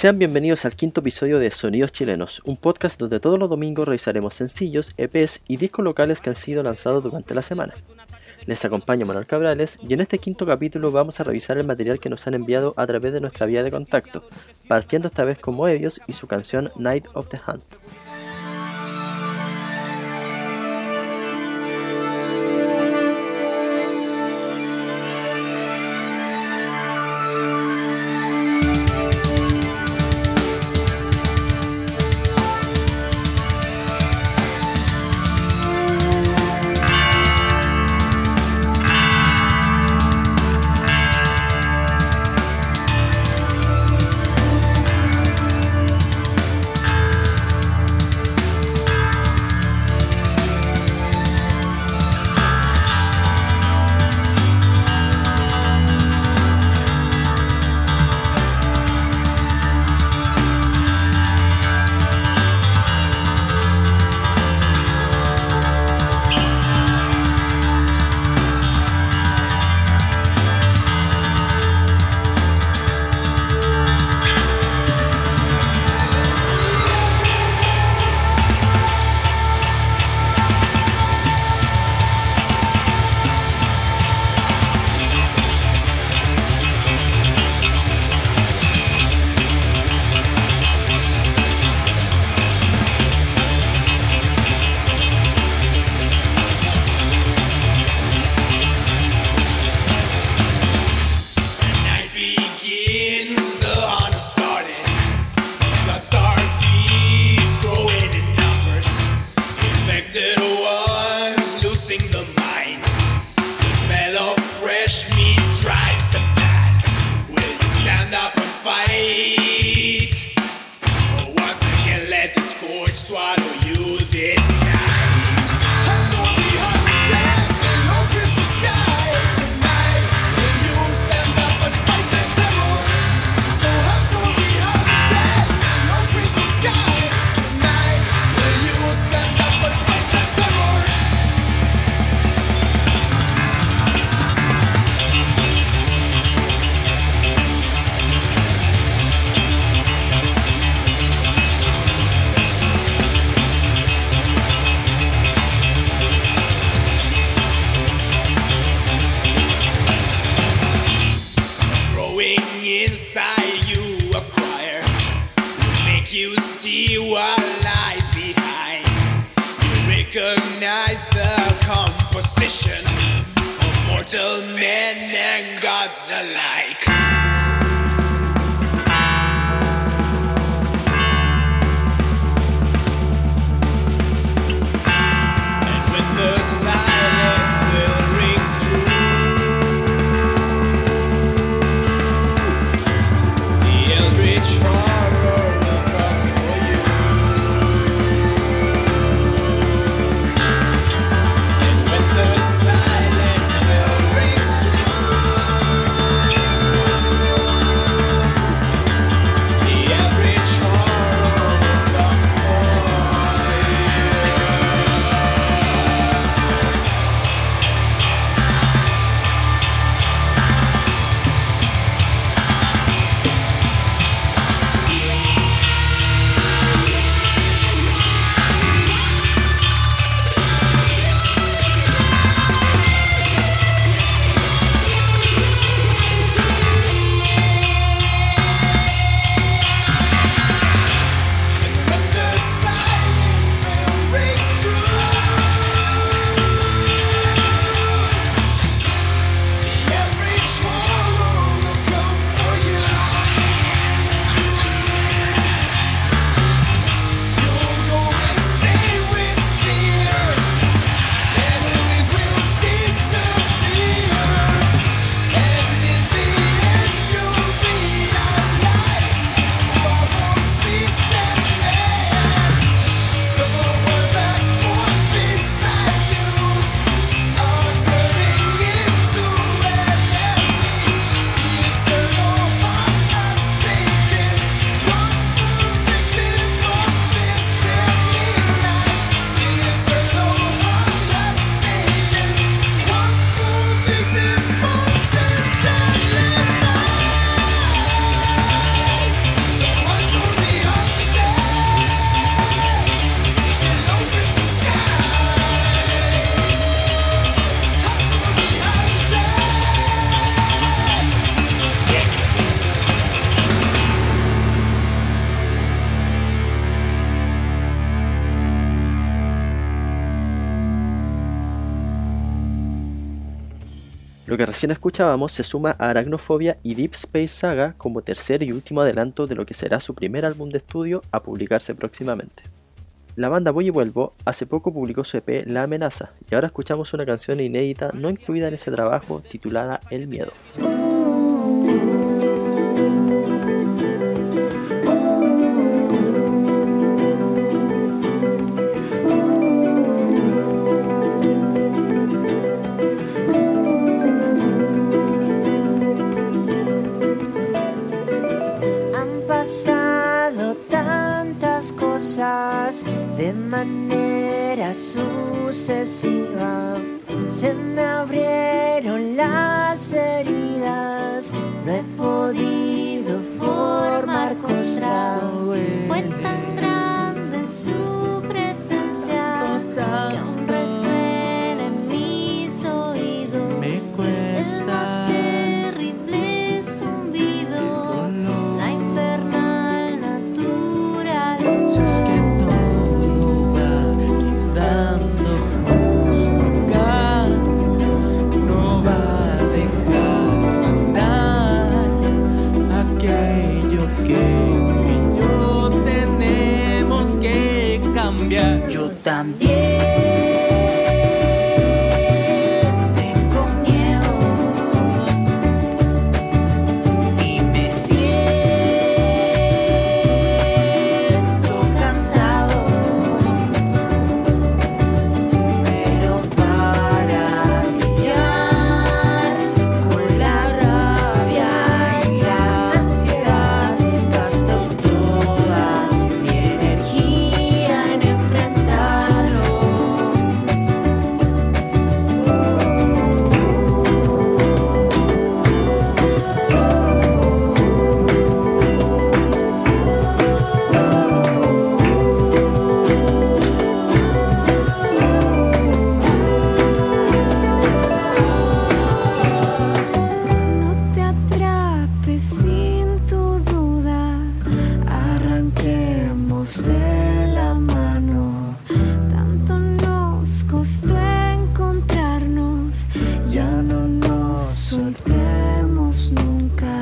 Sean bienvenidos al quinto episodio de Sonidos Chilenos, un podcast donde todos los domingos revisaremos sencillos, EPs y discos locales que han sido lanzados durante la semana. Les acompaña Manuel Cabrales y en este quinto capítulo vamos a revisar el material que nos han enviado a través de nuestra vía de contacto, partiendo esta vez con Moebius y su canción Night of the Hunt. Lo que recién escuchábamos se suma a Arachnofobia y Deep Space Saga como tercer y último adelanto de lo que será su primer álbum de estudio a publicarse próximamente. La banda Voy y Vuelvo hace poco publicó su EP La Amenaza y ahora escuchamos una canción inédita no incluida en ese trabajo titulada El Miedo. De manera sucesiva se me abrieron las heridas, no he podido formar costra. Fue tan grande su presencia que aún resuena en mis oídos. Me cuesta el más terrible zumbido, la infernal naturaleza. Si es que todo va quedando justo, no va a dejar sanar aquello que tú y yo tenemos que cambiar. Yo también tengo miedo y me siento cansado, pero para lidiar con la rabia y la ansiedad gasto toda mi energía en enfrentarlo. No te atrapes sin tu duda, arranquemos de la mano. Tanto nos costó encontrarnos, ya no nos soltemos nunca.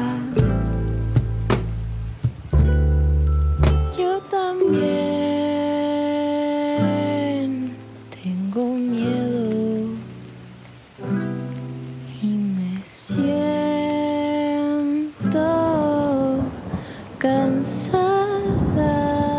Yo también tengo miedo y me siento cansada.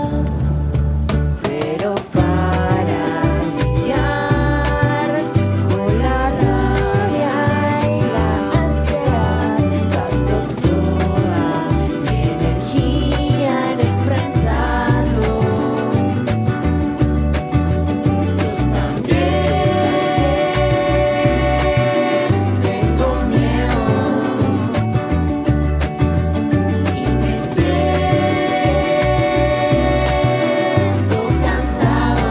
Pero para lidiar con la rabia y la ansiedad gasto toda mi energía en enfrentarlo. Tengo miedo y me siento cansado,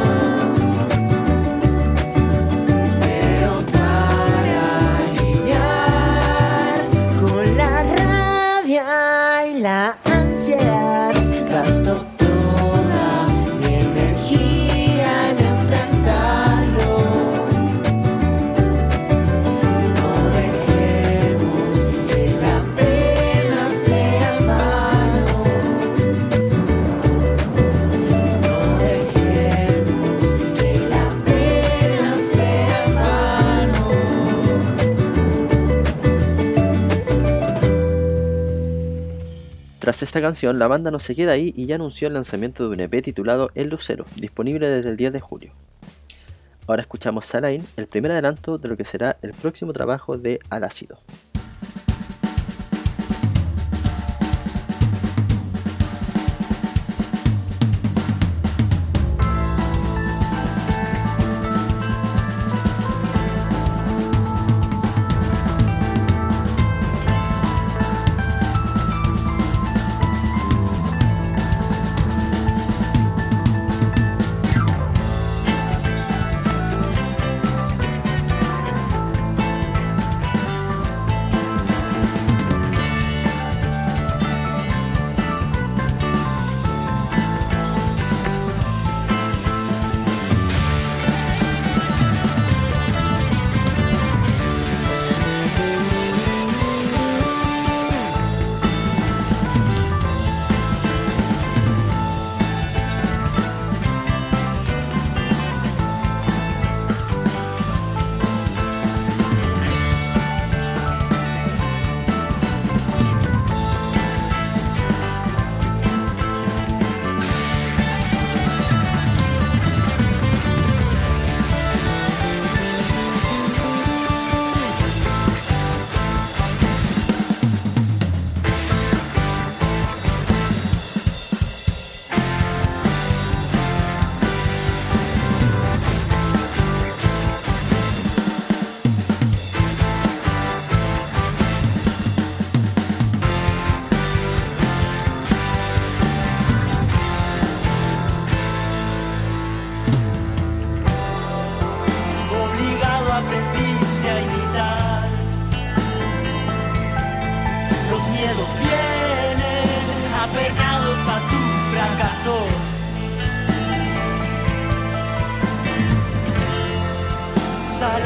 pero para lidiar con la rabia y la ansiedad gasto toda mi energía en enfrentarlo. No dejemos que la pena sea en vano. No dejemos que la pena sea en vano. Tras esta canción, la banda no se queda ahí y ya anunció el lanzamiento de un EP titulado El Lucero, disponible desde el 10 de julio. Ahora escuchamos Saline, el primer adelanto de lo que será el próximo trabajo de Al Ácido.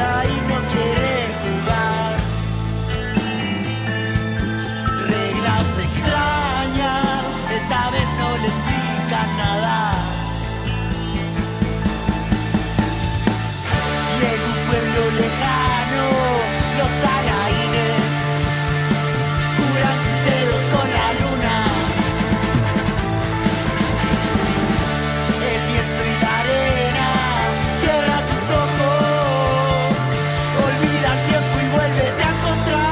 mira y no quiere jugar. Reglas extrañas, esta vez no le explican nada. Y en un pueblo lejano, los araínes curan sus dedos con la luna. El viento y la arena cierran tus ojos, olvida el tiempo y vuélvete a encontrar.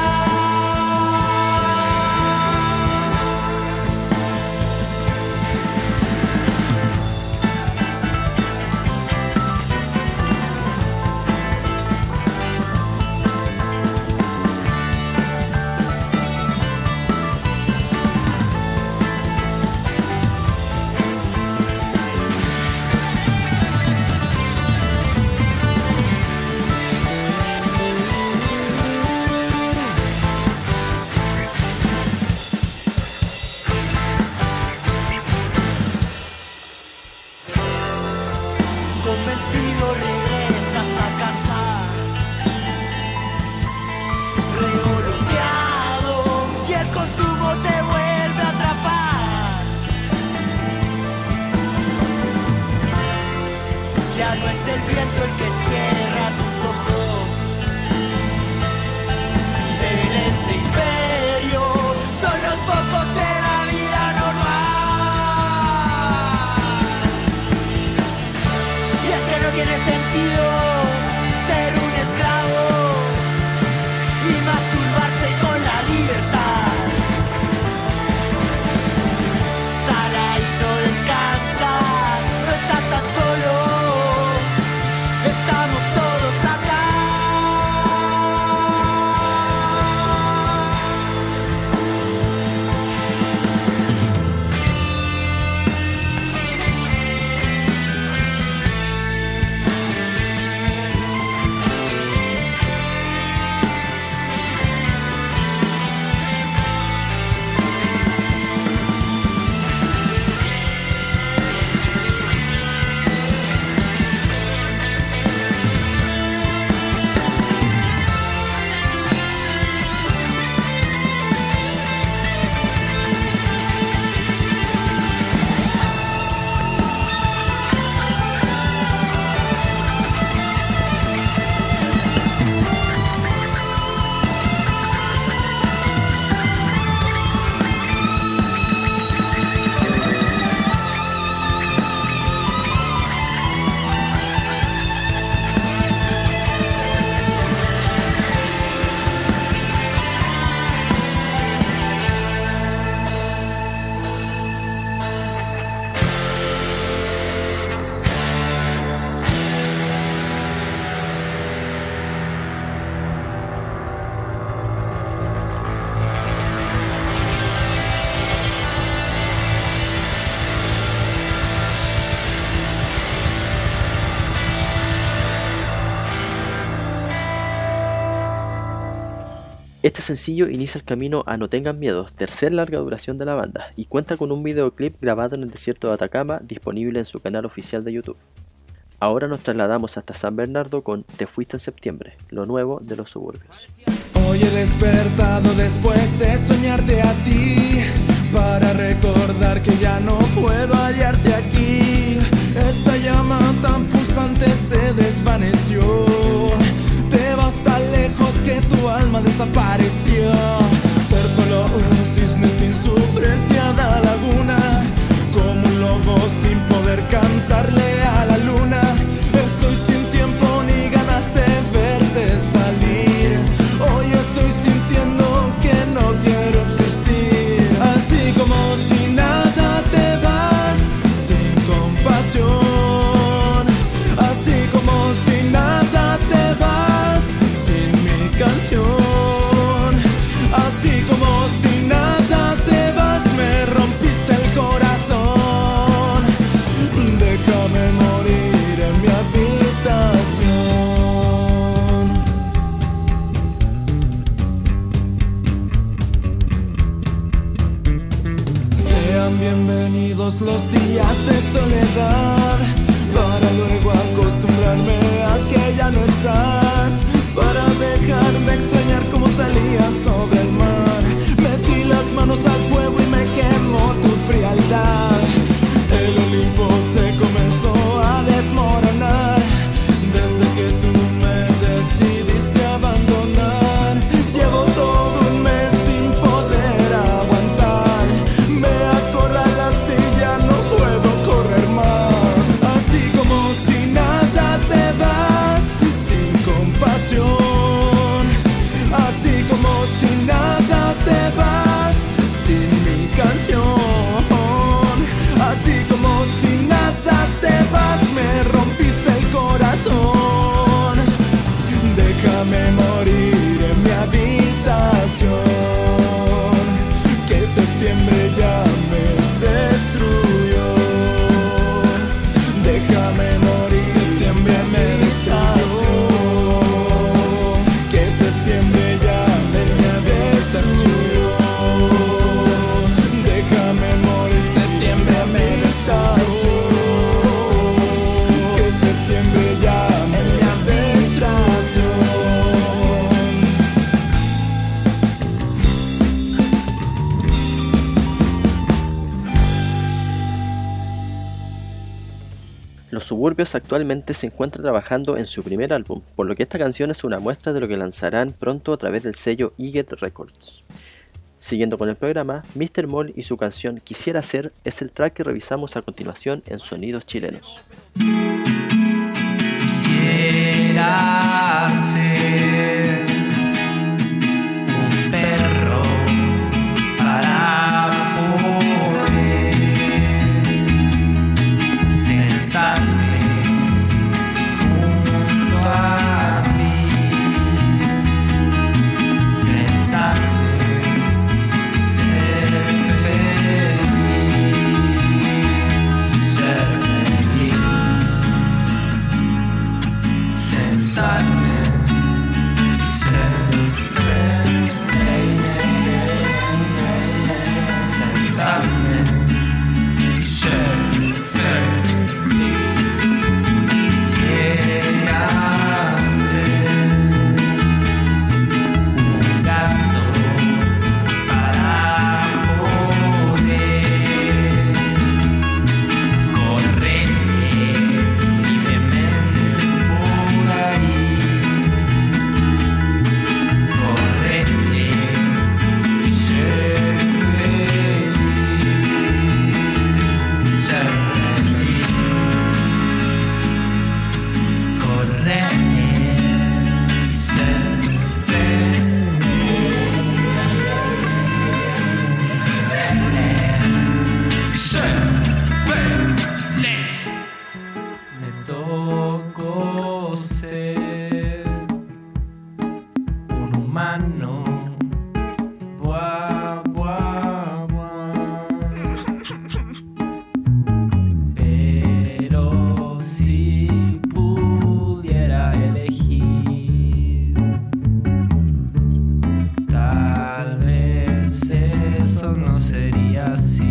Convencido regresas a casa, revoloteado, y el consumo te vuelve a atrapar. Ya no es el viento el que cierra tus ojos, celeste imperio, son los focos de la vida normal. Y es que no tiene sentido ser un esclavo y masturbarte con la libertad. Sala y no descansa, no estás tan solo, estamos todos acá. Este sencillo inicia el camino a No Tengan Miedo, tercer larga duración de la banda, y cuenta con un videoclip grabado en el desierto de Atacama disponible en su canal oficial de YouTube. Ahora nos trasladamos hasta San Bernardo con Te Fuiste en Septiembre, lo nuevo de los suburbios. Hoy he despertado después de soñarte a ti, para recordar que ya no puedo hallarte aquí. Esta llama tan pulsante se desvaneció, te vas tan lejos que tu alma desapareció. Ser solo un cisne sin su preciada laguna, como un lobo sin poder cantarle a la luna. Estoy sin tiempo ni ganas de verte salir, hoy estoy sintiendo que no quiero existir. Así como si nada te vas, sin compasión. Así como si nada te vas, sin mi canción. Así como si nada te vas, me rompiste el corazón. Déjame morir en mi habitación. Sean bienvenidos los días de soledad, para luego acostumbrarme a que ya no estás. Suburbios actualmente se encuentra trabajando en su primer álbum, por lo que esta canción es una muestra de lo que lanzarán pronto a través del sello Eget Records. Siguiendo con el programa, Mr. Moll y su canción Quisiera Ser es el track que revisamos a continuación en Sonidos Chilenos. Quisiera ser un perro para poder sentarme junto a ti, sentarme y ser feliz, sentarme y ser feliz, sentarme y ser feliz. Quisiera ser un gato para poder correr libremente por ahí, correr y ser feliz, correr y ser feliz. Me tocó ser un humano. Buah, buah, buah. Pero si pudiera elegir, tal vez eso no sería así.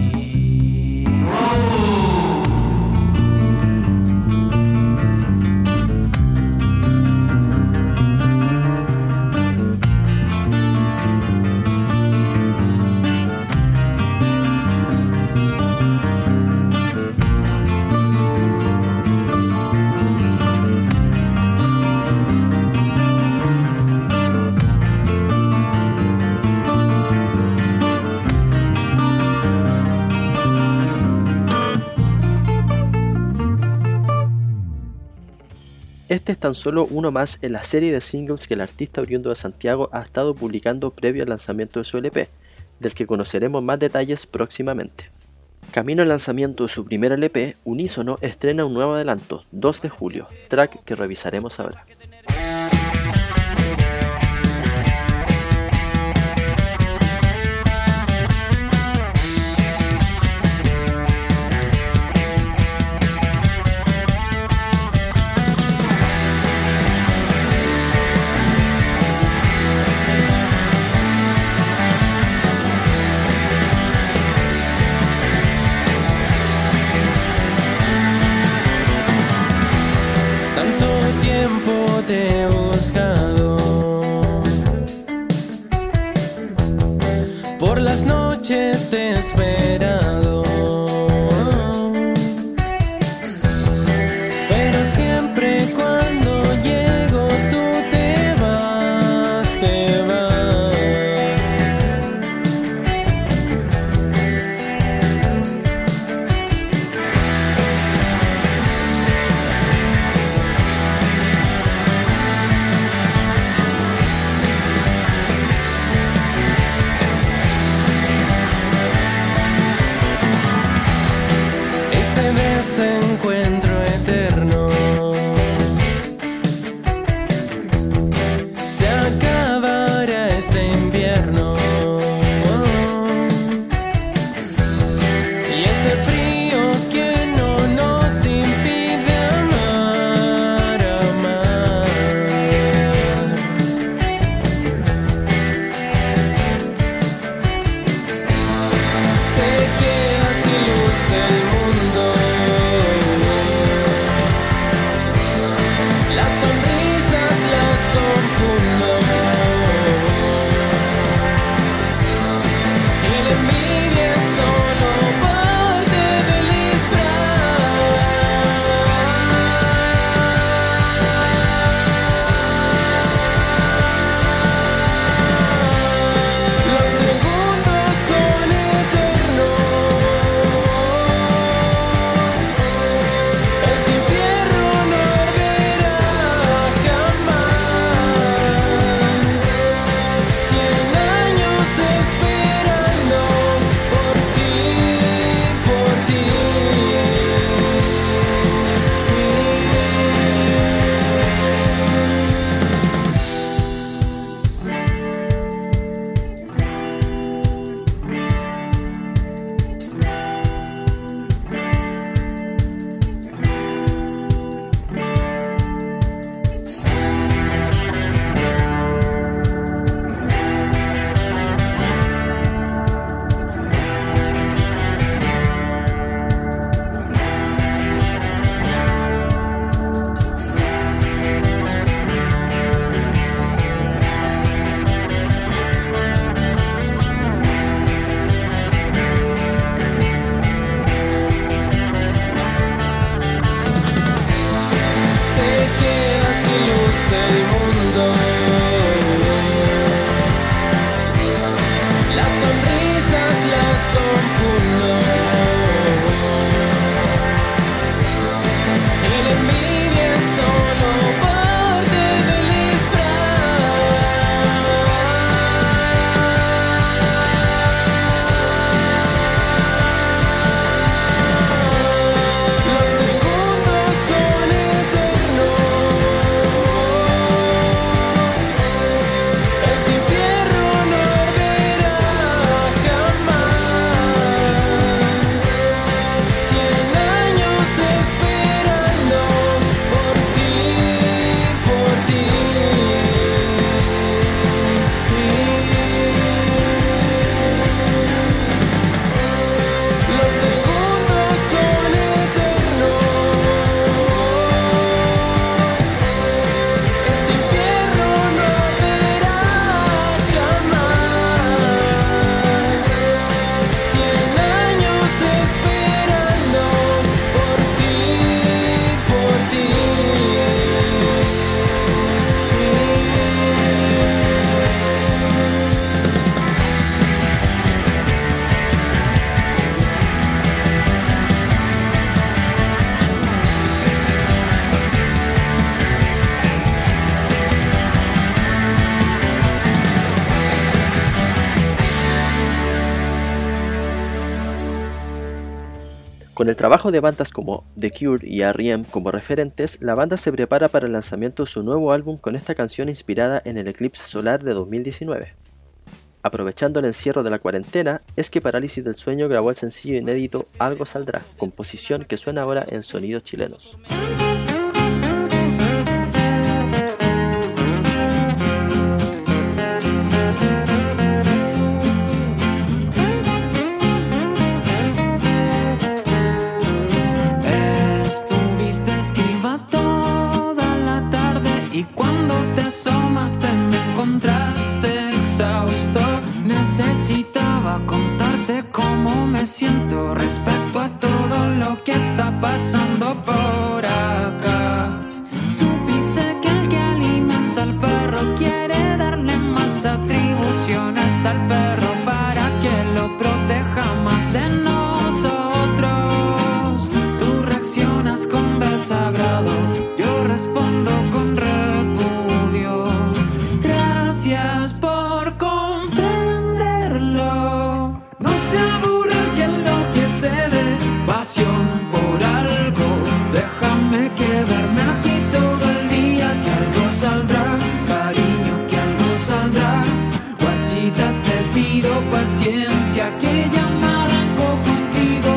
Este es tan solo uno más en la serie de singles que el artista oriundo de Santiago ha estado publicando previo al lanzamiento de su LP, del que conoceremos más detalles próximamente. Camino al lanzamiento de su primer LP, Unísono estrena un nuevo adelanto, 2 de julio, track que revisaremos ahora. Tanto tiempo te he buscado, por las noches te he esperado, pero siempre cuando llego tú te vas, te vas. Con el trabajo de bandas como The Cure y R.E.M. como referentes, la banda se prepara para el lanzamiento de su nuevo álbum con esta canción inspirada en el eclipse solar de 2019. Aprovechando el encierro de la cuarentena, es que Parálisis del Sueño grabó el sencillo inédito Algo Saldrá, composición que suena ahora en Sonidos Chilenos. Y cuando te asomaste me encontraste exhausto. Necesitaba contarte cómo me siento respecto a todo lo que está pasando por acá. Supiste que el que alimenta al perro quiere darle más atribuciones al perro para que lo proteja más de nosotros. Tú reaccionas con desagrado, yo respondo con repudio. Gracias por comprenderlo. No se aburre el que enloquece de pasión por algo. Déjame quedarme aquí todo el día, que algo saldrá, cariño, que algo saldrá. Guachita, te pido paciencia, que ya me arranco contigo.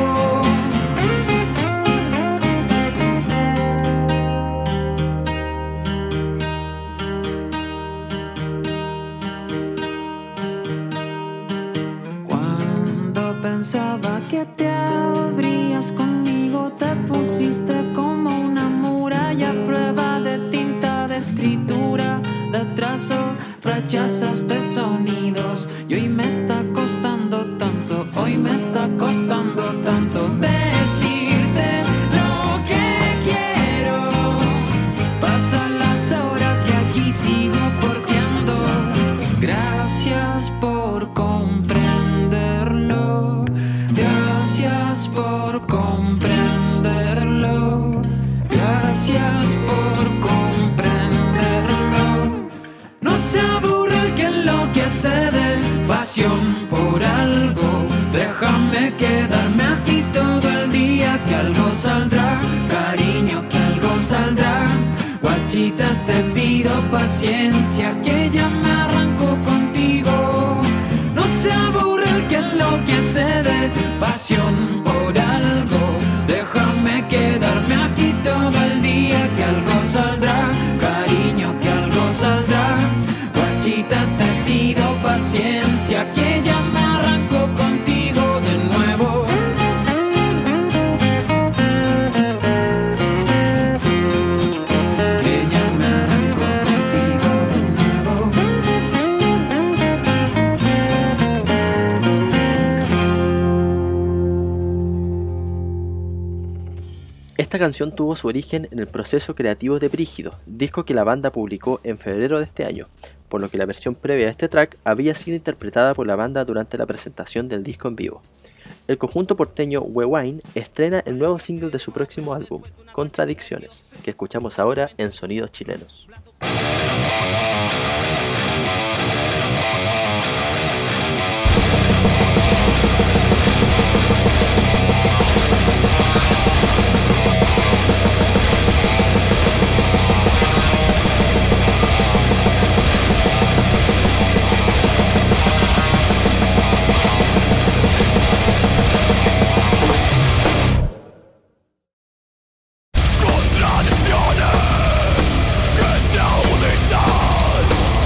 Pensaba que te abrías conmigo, te pusiste como una muralla, prueba de tinta, de escritura, de trazo, rechazaste sonidos. Y hoy me está costando tanto, hoy me está costando tanto decirte lo que quiero. Pasan las horas y aquí sigo porfiando. Gracias por comprenderlo. Gracias por comprenderlo. Gracias por comprenderlo. No se aburre el que enloquece de pasión por algo. Déjame quedarme aquí todo el día, que algo saldrá, cariño, que algo saldrá. Guachita, te pido paciencia, que ya me arranco contigo. No se aburre el que enloquece de pasión por algo. Déjame quedarme aquí todo el día, que algo saldrá, cariño, que algo saldrá. Guachita, te pido paciencia, que ya me arranco contigo de nuevo. Que ya me arranco contigo de nuevo. Esta canción tuvo su origen en el proceso creativo de Brígido, disco que la banda publicó en febrero de este año, por lo que la versión previa a este track había sido interpretada por la banda durante la presentación del disco en vivo. El conjunto porteño Wewine estrena el nuevo single de su próximo álbum, Contradicciones, que escuchamos ahora en Sonidos Chilenos. Contradicciones que se unizan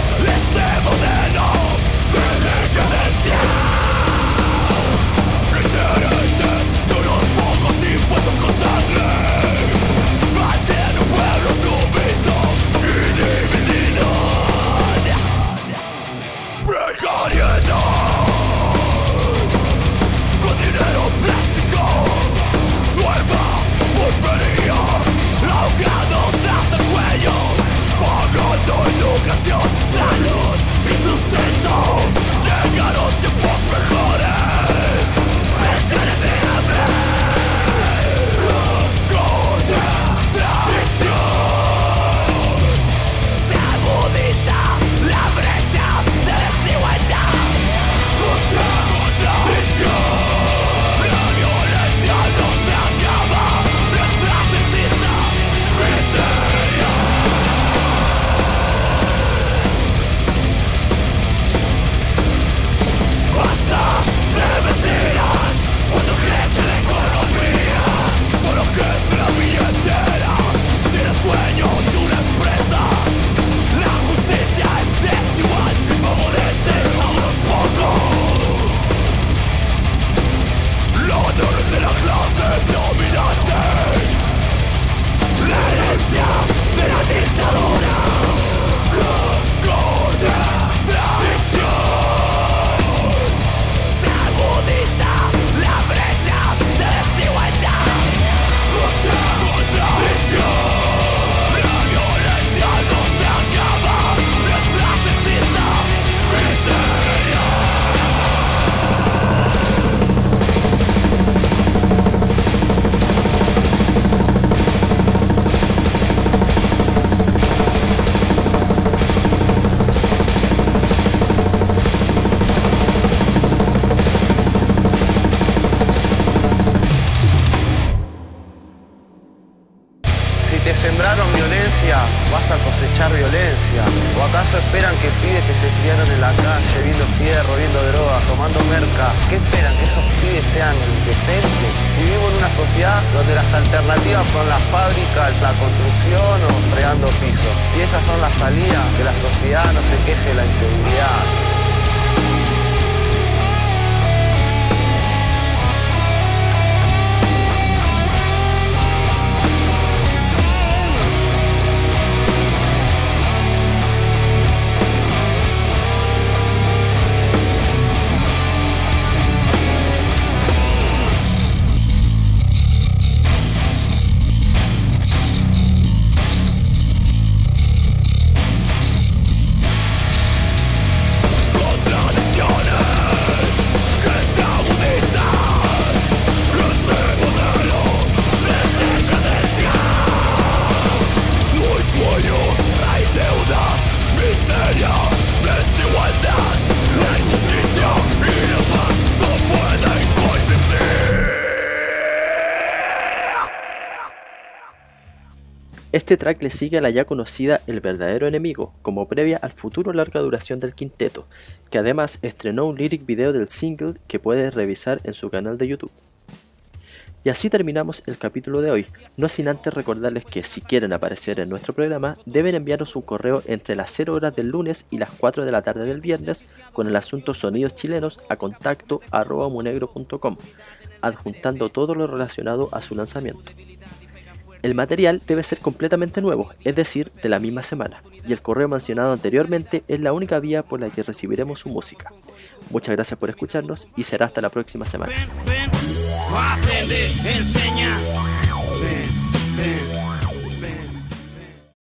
esperan que pibes que se criaron en la calle, viendo fierro, viendo drogas, tomando merca? ¿Qué esperan? ¿Que esos pibes sean decentes? Si vivimos en una sociedad donde las alternativas son las fábricas, la construcción o fregando pisos, y esas son las salidas, que la sociedad no se queje de la inseguridad. Este track le sigue a la ya conocida El Verdadero Enemigo, como previa al futuro larga duración del quinteto, que además estrenó un lyric video del single que puedes revisar en su canal de YouTube. Y así terminamos el capítulo de hoy, no sin antes recordarles que si quieren aparecer en nuestro programa, deben enviarnos un correo entre las 0 horas del lunes y las 4 de la tarde del viernes con el asunto Sonidos Chilenos a contacto@humonegro.com, adjuntando todo lo relacionado a su lanzamiento. El material debe ser completamente nuevo, es decir, de la misma semana, y el correo mencionado anteriormente es la única vía por la que recibiremos su música. Muchas gracias por escucharnos y será hasta la próxima semana. Ven, aprende, enseña. Ven.